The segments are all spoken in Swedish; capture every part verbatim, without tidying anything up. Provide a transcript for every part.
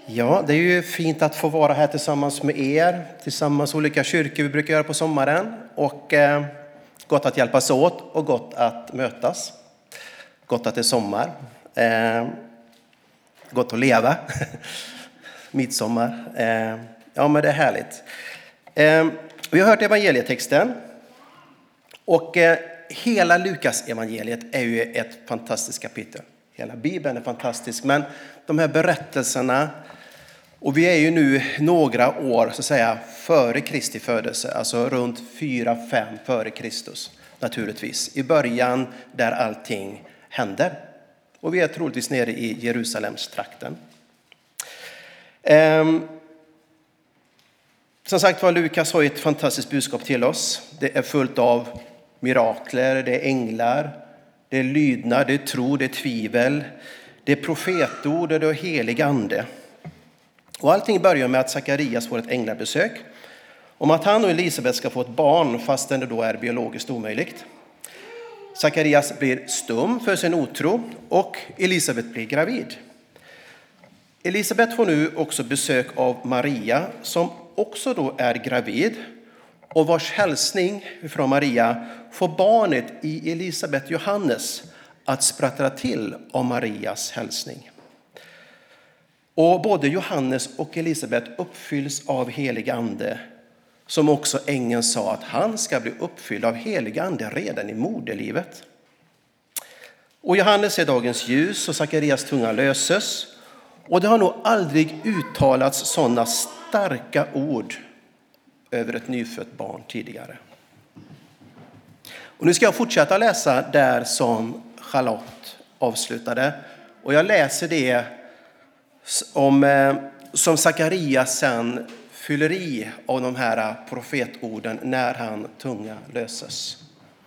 Ja, det är ju fint att få vara här tillsammans med er, tillsammans med olika kyrkor vi brukar göra på sommaren. Och eh, gott att hjälpas åt och gott att mötas. Gott att det är sommar. Eh, gott att leva. Midsommar. Eh, ja, men det är härligt. Eh, vi har hört evangelietexten. Och eh, hela Lukas evangeliet är ju ett fantastiskt kapitel. Hela Bibeln är fantastisk, men de här berättelserna, och vi är ju nu några år så att säga före Kristi födelse, alltså runt fyra fem före Kristus naturligtvis, i början där allting händer. Och vi är troligtvis nere i Jerusalems trakten. Ehm, som sagt var, Lukas har ett fantastiskt budskap till oss. Det är fullt av mirakler, det är änglar, det är lydnad, det är tro, det är tvivel, det är profetord och det är helig ande. Och allting börjar med att Sakarias får ett änglabesök om att han och Elisabet ska få ett barn fastän det då är biologiskt omöjligt. Sakarias blir stum för sin otro och Elisabet blir gravid. Elisabet får nu också besök av Maria som också då är gravid och vars hälsning från Maria får barnet i Elisabet Johannes att sprattra till av Marias hälsning. Och både Johannes och Elisabet uppfylls av helig ande, som också ängeln sa att han ska bli uppfylld av helig ande redan i moderlivet. Och Johannes är dagens ljus och Sakarias tunga löses. Och det har nog aldrig uttalats sådana starka ord över ett nyfött barn tidigare. Och nu ska jag fortsätta läsa där som Charlotte avslutade. Och jag läser det om, som Sakarias sen fyller i av de här profetorden när han tunga löses.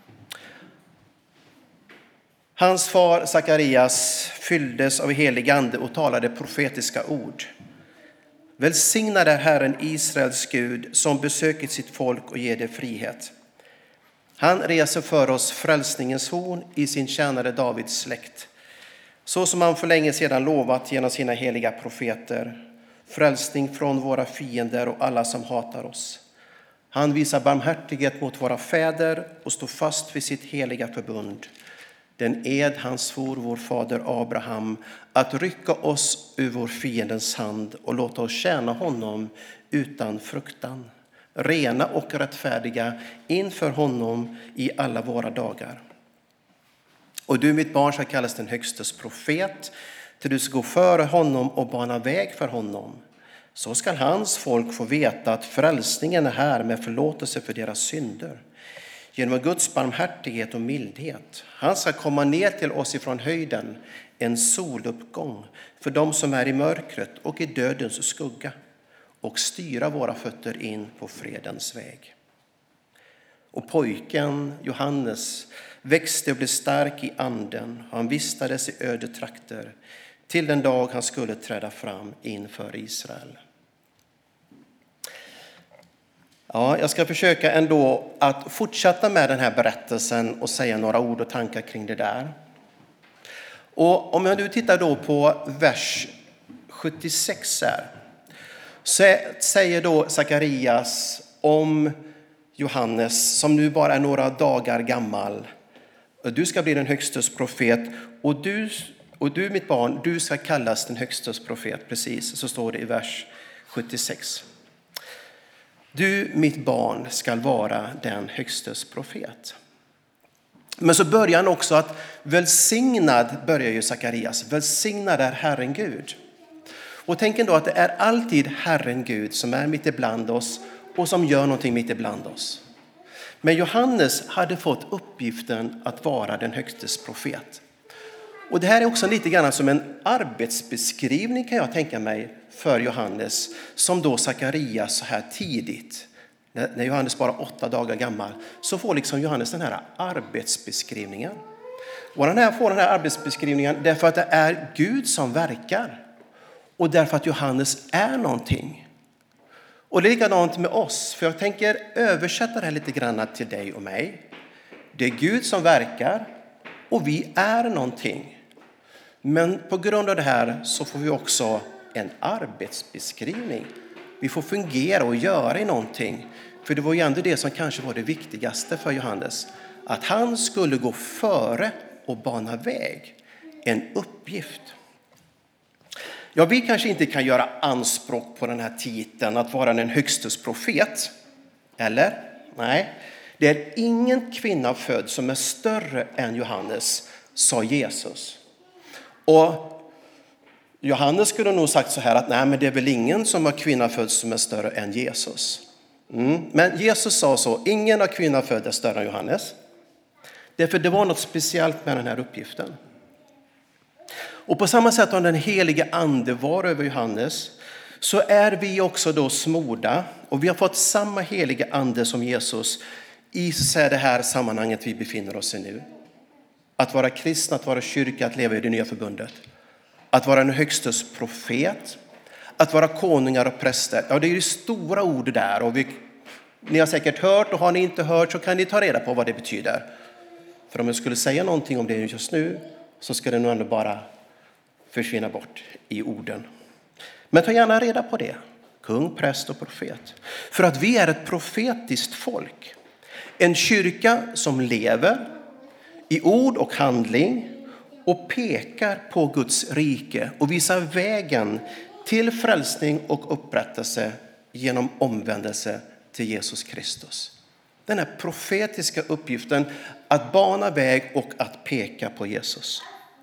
Hans far Sakarias fylldes av helig ande och talade profetiska ord. Välsignade Herren Israels Gud som besöker sitt folk och ger det frihet. Han reser för oss frälsningens horn i sin tjänare Davids släkt. Så som han för länge sedan lovat genom sina heliga profeter. Frälsning från våra fiender och alla som hatar oss. Han visar barmhärtighet mot våra fäder och står fast vid sitt heliga förbund. Den ed han svor vår fader Abraham att rycka oss ur vår fiendens hand och låta oss tjäna honom utan fruktan. Rena och rättfärdiga inför honom i alla våra dagar. Och du, mitt barn, ska kallas den högstes profet, till du ska gå före honom och bana väg för honom. Så ska hans folk få veta att frälsningen är här med förlåtelse för deras synder. Genom Guds barmhärtighet och mildhet. Han ska komma ner till oss ifrån höjden, en soluppgång för dem som är i mörkret och i dödens skugga, och styra våra fötter in på fredens väg. Och pojken Johannes växte och blev stark i anden. Han vistades i öde trakter till den dag han skulle träda fram inför Israel. Ja, jag ska försöka ändå att fortsätta med den här berättelsen och säga några ord och tankar kring det där. Och om jag nu tittar då på vers sjuttiosex här, så säger då Sakarias om Johannes som nu bara är några dagar gammal. Du ska bli den högstes profet och du, och du mitt barn, du ska kallas den högstes profet. Precis, så står det i vers sjuttiosex. Du, mitt barn, ska vara den högstes profet. Men så börjar han också att välsignad börjar ju Sakarias. Välsignad är Herren Gud. Och tänk ändå att det är alltid Herren Gud som är mitt ibland oss och som gör någonting mitt ibland oss. Men Johannes hade fått uppgiften att vara den högstes profet. Och det här är också lite grann som en arbetsbeskrivning, kan jag tänka mig, för Johannes, som då Sakarias så här tidigt, när Johannes bara åtta dagar gammal, så får liksom Johannes den här arbetsbeskrivningen. Och den här får den här arbetsbeskrivningen därför att det är Gud som verkar och därför att Johannes är någonting. Och det är likadant med oss, för jag tänker översätta det här lite grann till dig och mig. Det är Gud som verkar och vi är någonting. Men på grund av det här så får vi också en arbetsbeskrivning. Vi får fungera och göra i någonting. För det var ju ändå det som kanske var det viktigaste för Johannes. Att han skulle gå före och bana väg. En uppgift. Ja, vi kanske inte kan göra anspråk på den här titeln att vara den högstes profet. Eller? Nej. Det är ingen kvinna född som är större än Johannes, sa Jesus. Och Johannes skulle nog sagt så här att nej, men det är väl ingen som har kvinna född som är större än Jesus. Mm. Men Jesus sa så, ingen av kvinna född är större än Johannes. Därför det var något speciellt med den här uppgiften. Och på samma sätt om den helige ande var över Johannes, så är vi också då smorda. Och vi har fått samma helige ande som Jesus i det här sammanhanget vi befinner oss i nu. Att vara kristna, att vara kyrka, att leva i det nya förbundet. Att vara en högstes profet. Att vara konungar och präster. Ja, det är ju stora ord där. Och vi, ni har säkert hört, och har ni inte hört så kan ni ta reda på vad det betyder. För om jag skulle säga någonting om det just nu så ska det nog ändå bara försvinna bort i orden. Men ta gärna reda på det. Kung, präst och profet. För att vi är ett profetiskt folk. En kyrka som lever i ord och handling och pekar på Guds rike och visar vägen till frälsning och upprättelse genom omvändelse till Jesus Kristus. Den här profetiska uppgiften att bana väg och att peka på Jesus.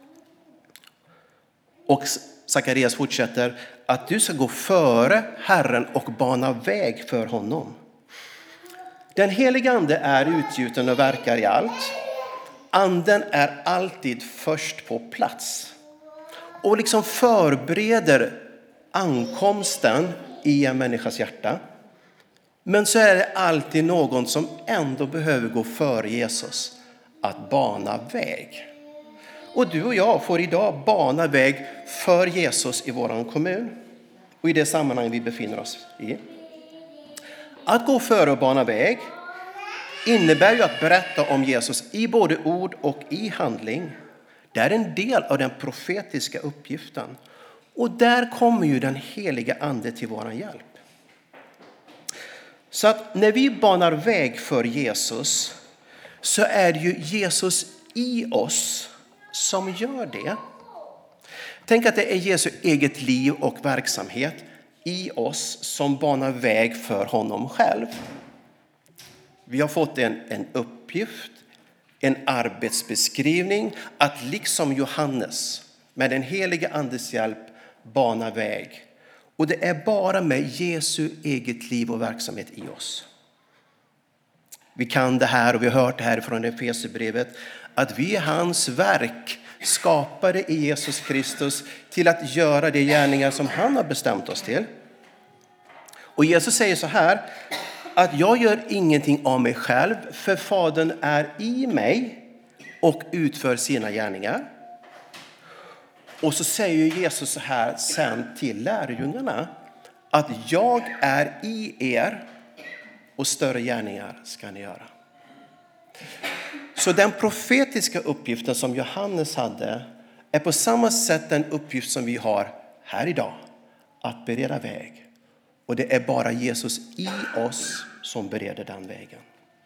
Och Sakarias fortsätter att du ska gå före Herren och bana väg för honom. Den helige ande är utgjuten och verkar i allt. Anden är alltid först på plats. Och liksom förbereder ankomsten i en människas hjärta. Men så är det alltid någon som ändå behöver gå före Jesus. Att bana väg. Och du och jag får idag bana väg för Jesus i våran kommun. Och i det sammanhang vi befinner oss i. Att gå före och bana väg innebär ju att berätta om Jesus i både ord och i handling. Det är en del av den profetiska uppgiften. Och där kommer ju den heliga ande till våran hjälp. Så att när vi banar väg för Jesus så är det ju Jesus i oss som gör det. Tänk att det är Jesu eget liv och verksamhet i oss som banar väg för honom själv. Vi har fått en, en uppgift, en arbetsbeskrivning att liksom Johannes med den heliga andes hjälp bana väg. Och det är bara med Jesu eget liv och verksamhet i oss. Vi kan det här och vi har hört det här från Efesierbrevet att vi är hans verk skapade i Jesus Kristus till att göra de gärningar som han har bestämt oss till. Och Jesus säger så här att jag gör ingenting av mig själv för Fadern är i mig och utför sina gärningar. Och så säger Jesus så här sen till lärjungarna att jag är i er och större gärningar ska ni göra. Så den profetiska uppgiften som Johannes hade är på samma sätt den uppgift som vi har här idag. Att bereda väg. Och det är bara Jesus i oss som bereder den vägen.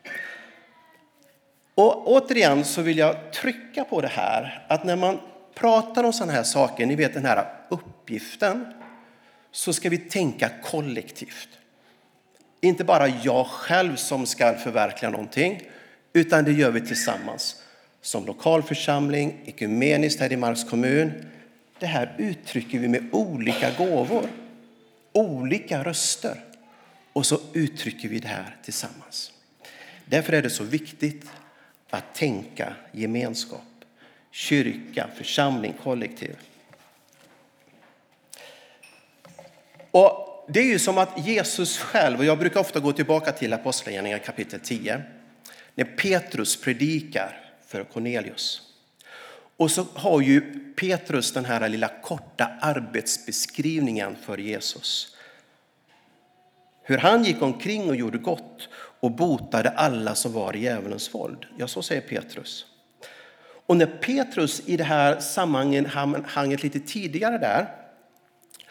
Och återigen så vill jag trycka på det här. Att när man pratar om sådana här saker, ni vet den här uppgiften. Så ska vi tänka kollektivt. Inte bara jag själv som ska förverkliga någonting. Utan det gör vi tillsammans. Som lokalförsamling, ekumeniskt här i Marks kommun. Det här uttrycker vi med olika gåvor. Olika röster. Och så uttrycker vi det här tillsammans. Därför är det så viktigt att tänka gemenskap. Kyrka, församling, kollektiv. Och det är ju som att Jesus själv, och jag brukar ofta gå tillbaka till Apostlagärningarna kapitel tio. När Petrus predikar för Cornelius. Och så har ju Petrus den här lilla korta arbetsbeskrivningen för Jesus. Hur han gick omkring och gjorde gott och botade alla som var i djävulens våld. Ja, så säger Petrus. Och när Petrus i det här sammanhanget lite tidigare där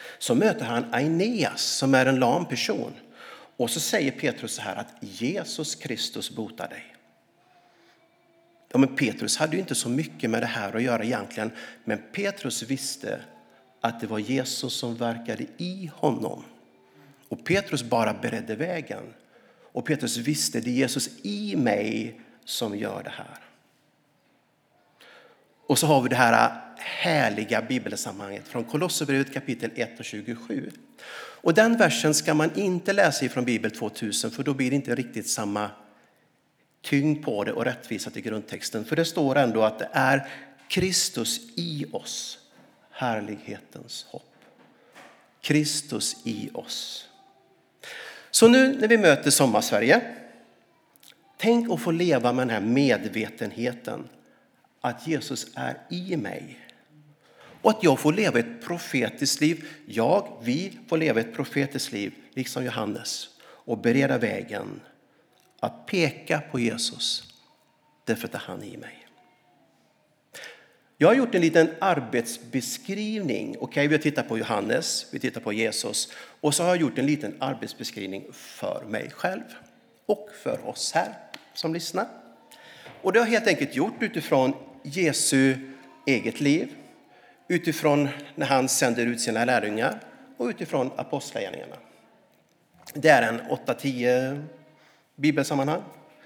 Så möter han Aeneas som är en lam person. Och så säger Petrus så här att Jesus Kristus botar dig. Ja, men Petrus hade ju inte så mycket med det här att göra egentligen. Men Petrus visste att det var Jesus som verkade i honom. Och Petrus bara beredde vägen. Och Petrus visste det är Jesus i mig som gör det här. Och så har vi det här härliga bibelsammanhanget från Kolosserbrevet kapitel ett och tjugosju. Och den versen ska man inte läsa ifrån Bibel tvåtusen, för då blir det inte riktigt samma tyngd på det och rättvisa till grundtexten. För det står ändå att det är Kristus i oss, härlighetens hopp. Kristus i oss. Så nu när vi möter Sommarsverige, tänk att få leva med den här medvetenheten att Jesus är i mig. Och att jag får leva ett profetiskt liv. Jag, vi får leva ett profetiskt liv, liksom Johannes. Och bereda vägen att peka på Jesus. Därför att han är i mig. Jag har gjort en liten arbetsbeskrivning. Okej, vi har tittat på Johannes, vi tittar på Jesus. Och så har jag gjort en liten arbetsbeskrivning för mig själv. Och för oss här som lyssnar. Och det har jag helt enkelt gjort utifrån Jesu eget liv. Utifrån när han sänder ut sina lärjungar. Och utifrån apostlagärningarna. Det är en åtta tio bibelsammanhang.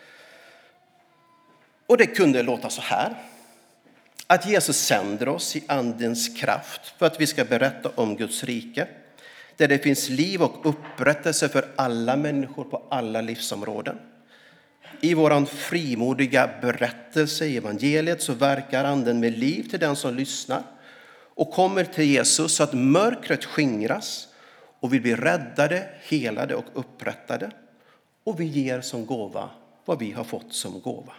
Och det kunde låta så här. Att Jesus sänder oss i andens kraft för att vi ska berätta om Guds rike. Där det finns liv och upprättelse för alla människor på alla livsområden. I våran frimodiga berättelse i evangeliet så verkar anden med liv till den som lyssnar. Och kommer till Jesus så att mörkret skingras. Och vi blir räddade, helade och upprättade. Och vi ger som gåva vad vi har fått som gåva.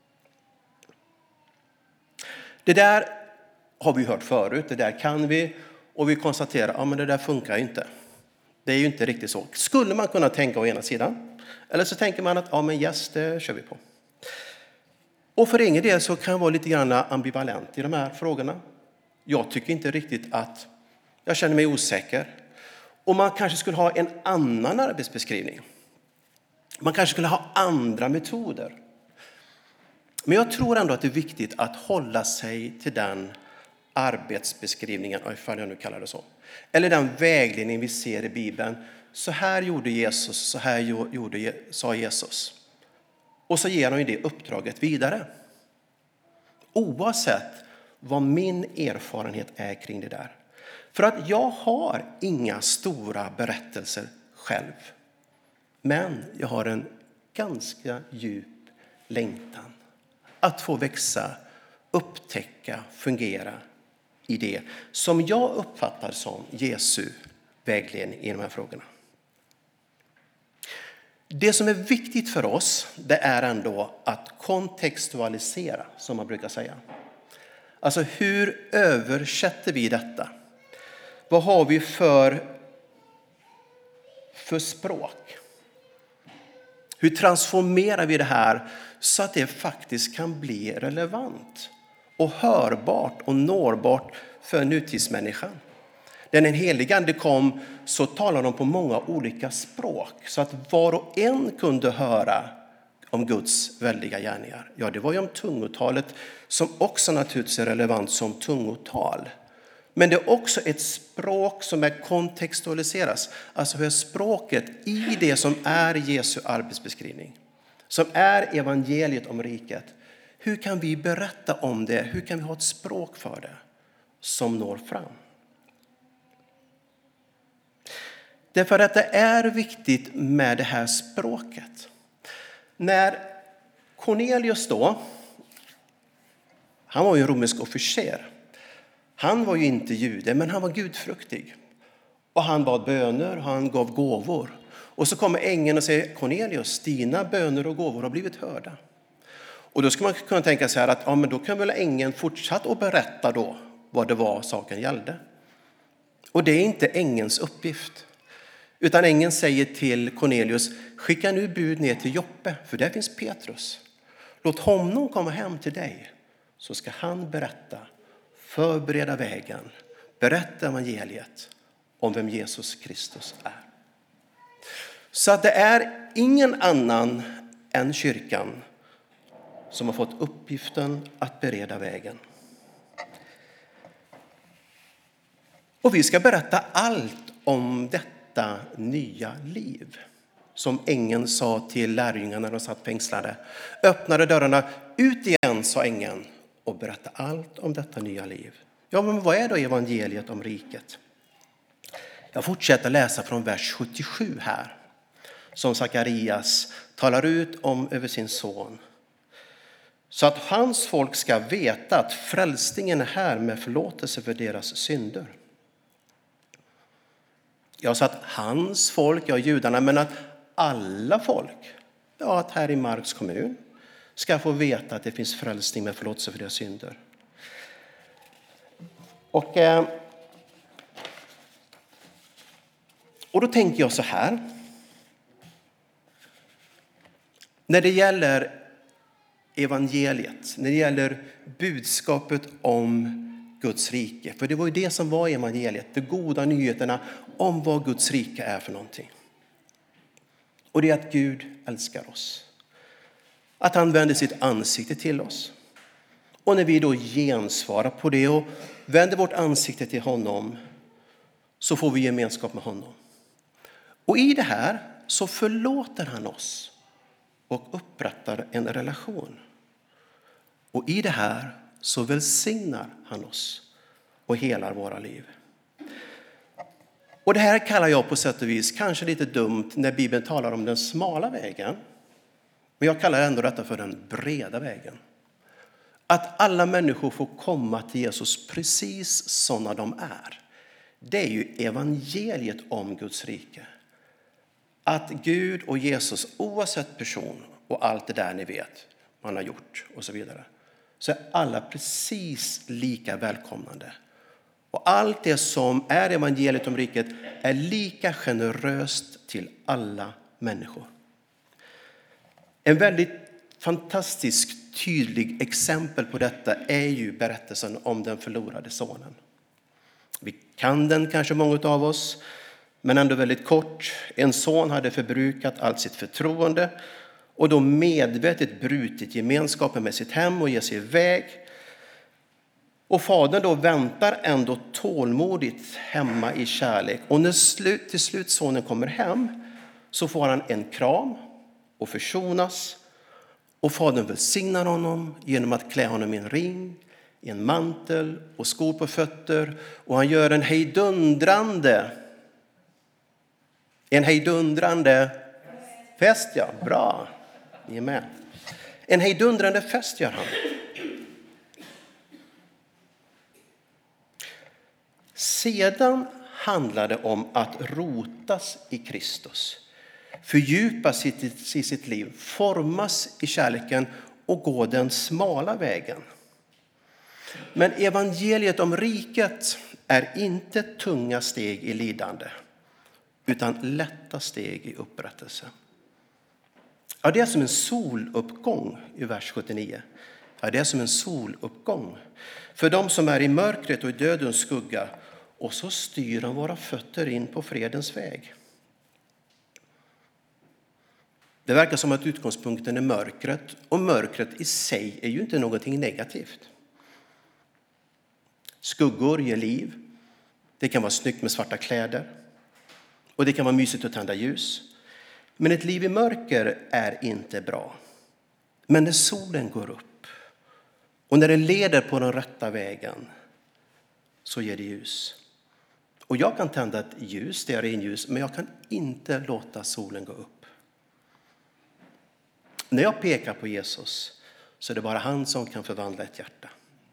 Det där har vi hört förut, det där kan vi. Och vi konstaterar att ja, det där funkar ju inte. Det är ju inte riktigt så. Skulle man kunna tänka å ena sidan. Eller så tänker man att ja, men yes, det kör vi på. Och för egen del så kan jag vara lite grann ambivalent i de här frågorna. Jag tycker inte riktigt att jag känner mig osäker. Och man kanske skulle ha en annan arbetsbeskrivning. Man kanske skulle ha andra metoder. Men jag tror ändå att det är viktigt att hålla sig till den arbetsbeskrivningen, ifall jag nu kallar det så. Eller den vägledning vi ser i Bibeln. Så här gjorde Jesus, så här gjorde, sa Jesus. Och så ger han ju det uppdraget vidare. Oavsett vad min erfarenhet är kring det där. För att jag har inga stora berättelser själv. Men jag har en ganska djup längtan. Att få växa, upptäcka, fungera i det som jag uppfattar som Jesu vägledning i de här frågorna. Det som är viktigt för oss, det är ändå att kontextualisera, som man brukar säga. Alltså hur översätter vi detta? Vad har vi för, för språk? Hur transformerar vi det här så att det faktiskt kan bli relevant och hörbart och nårbart för nutidsmänniskan? När den helige ande kom så talade de på många olika språk så att var och en kunde höra om Guds väldiga gärningar. Ja, det var ju om tungotalet som också naturligtvis är relevant som tungotal. Men det är också ett språk som är kontextualiseras. Alltså hur är språket i det som är Jesu arbetsbeskrivning. Som är evangeliet om riket. Hur kan vi berätta om det? Hur kan vi ha ett språk för det som når fram? Därför att det är viktigt med det här språket. När Cornelius då, han var ju en romersk officer. Han var ju inte jude, men han var gudfruktig. Och han bad böner, han gav gåvor. Och så kommer ängeln och säger, Cornelius, dina böner och gåvor har blivit hörda. Och då ska man kunna tänka sig att ja, men då kan väl ängeln fortsätta att berätta då vad det var saken gällde. Och det är inte ängelns uppgift. Utan ängeln säger till Cornelius, skicka nu bud ner till Joppe, för där finns Petrus. Låt honom komma hem till dig, så ska han berätta, förbereda vägen, berätta evangeliet om vem Jesus Kristus är. Så att det är ingen annan än kyrkan som har fått uppgiften att bereda vägen. Och vi ska berätta allt om detta nya liv. Som ängeln sa till lärjungarna när de satt fängslade. Öppnade dörrarna, ut igen, sa ängeln, och berätta allt om detta nya liv. Ja, men vad är då evangeliet om riket? Jag fortsätter läsa från vers sjuttiosju här. Som Sakarias talar ut om över sin son. Så att hans folk ska veta att frälsningen är här med förlåtelse för deras synder. Jag sa att hans folk, ja judarna, men att alla folk, ja att här i Marks kommun ska få veta att det finns frälsning med förlåtelse för deras synder. Och, och då tänker jag så här. När det gäller evangeliet, när det gäller budskapet om Guds rike. För det var ju det som var evangeliet, de goda nyheterna om vad Guds rike är för någonting. Och det är att Gud älskar oss. Att han vänder sitt ansikte till oss. Och när vi då gensvarar på det och vänder vårt ansikte till honom, så får vi gemenskap med honom. Och i det här så förlåter han oss och upprättar en relation. Och i det här så välsignar han oss och helar våra liv. Och det här kallar jag på sätt och vis kanske lite dumt när Bibeln talar om den smala vägen. Men jag kallar ändå detta för den breda vägen. Att alla människor får komma till Jesus precis sådana de är. Det är ju evangeliet om Guds rike. Att Gud och Jesus, oavsett person och allt det där ni vet man har gjort och så vidare, så är alla precis lika välkomnande. Och allt det som är evangeliet om riket är lika generöst till alla människor. En väldigt fantastisk tydlig exempel på detta är ju berättelsen om den förlorade sonen. Vi kan den kanske många av oss, men ändå väldigt kort. En son hade förbrukat allt sitt förtroende och då medvetet brutit gemenskapen med sitt hem och ger sig iväg. Och fadern då väntar ändå tålmodigt hemma i kärlek. Och när slut, till slut sonen kommer hem så får han en kram och försonas. Och fadern välsignar honom genom att klä honom i en ring, i en mantel och skor på fötter. Och han gör en hejdundrande, en hejdundrande fest, ja, bra, ni är med. En hejdundrande fest gör han. Sedan handlar det om att rotas i Kristus. Fördjupas i sitt liv, formas i kärleken och gå den smala vägen. Men evangeliet om riket är inte tunga steg i lidande, utan lätta steg i upprättelse. Ja, det är som en soluppgång i vers sjuttionio. Ja, det är som en soluppgång för de som är i mörkret och i dödens skugga, och så styr han våra fötter in på fredens väg. Det verkar som att utgångspunkten är mörkret, och mörkret i sig är ju inte någonting negativt. Skuggor ger liv. Det kan vara snyggt med svarta kläder. Och det kan vara mysigt att tända ljus. Men ett liv i mörker är inte bra. Men när solen går upp och när den leder på den rätta vägen så ger det ljus. Och jag kan tända ett ljus, det är en ljus, men jag kan inte låta solen gå upp. När jag pekar på Jesus så är det bara han som kan förvandla ett hjärta.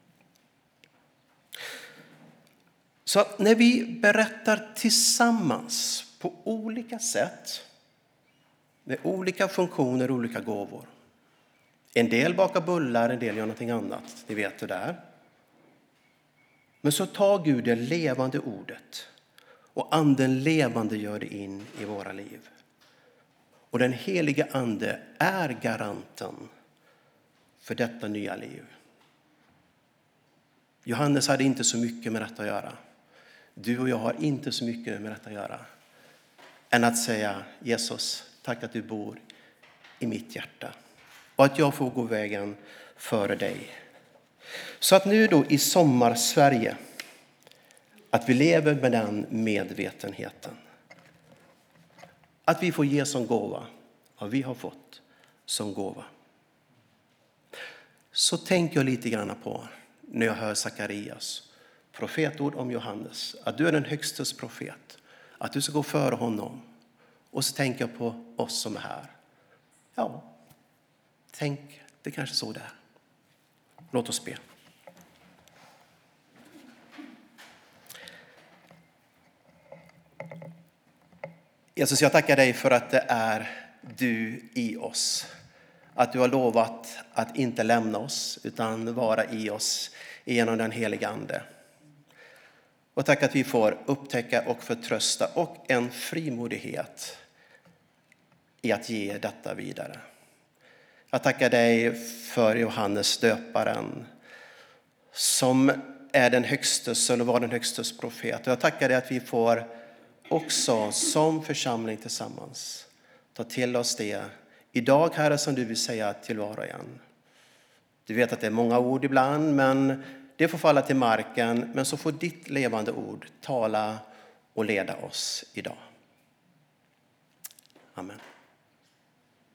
Så att när vi berättar tillsammans på olika sätt, med olika funktioner och olika gåvor. En del bakar bullar, en del gör någonting annat. Ni vet det där. Men så tar Gud det levande ordet och anden levande gör det in i våra liv. Och den heliga ande är garanten för detta nya liv. Johannes hade inte så mycket med detta att göra. Du och jag har inte så mycket med detta att göra än att säga: Jesus, tack att du bor i mitt hjärta och att jag får gå vägen före dig. Så att nu då i sommar-Sverige, att vi lever med den medvetenheten. Att vi får ge som gåva vad vi har fått som gåva. Så tänker jag lite grann på när jag hör Sakarias profetord om Johannes. Att du är den högstes profet. Att du ska gå före honom. Och så tänker jag på oss som är här. Ja, tänk, det kanske så där. Låt oss be. Jesus, jag tackar dig för att det är du i oss. Att du har lovat att inte lämna oss utan vara i oss genom den heliga ande. Och tack att vi får upptäcka och förtrösta och en frimodighet i att ge detta vidare. Jag tackar dig för Johannes döparen som är den högstes eller var den högstes profet. Och jag tackar dig att vi får också som församling tillsammans ta till oss det idag, Herre, som du vill säga till var och en. Du vet att det är många ord ibland, men det får falla till marken. Men så får ditt levande ord tala och leda oss idag. Amen.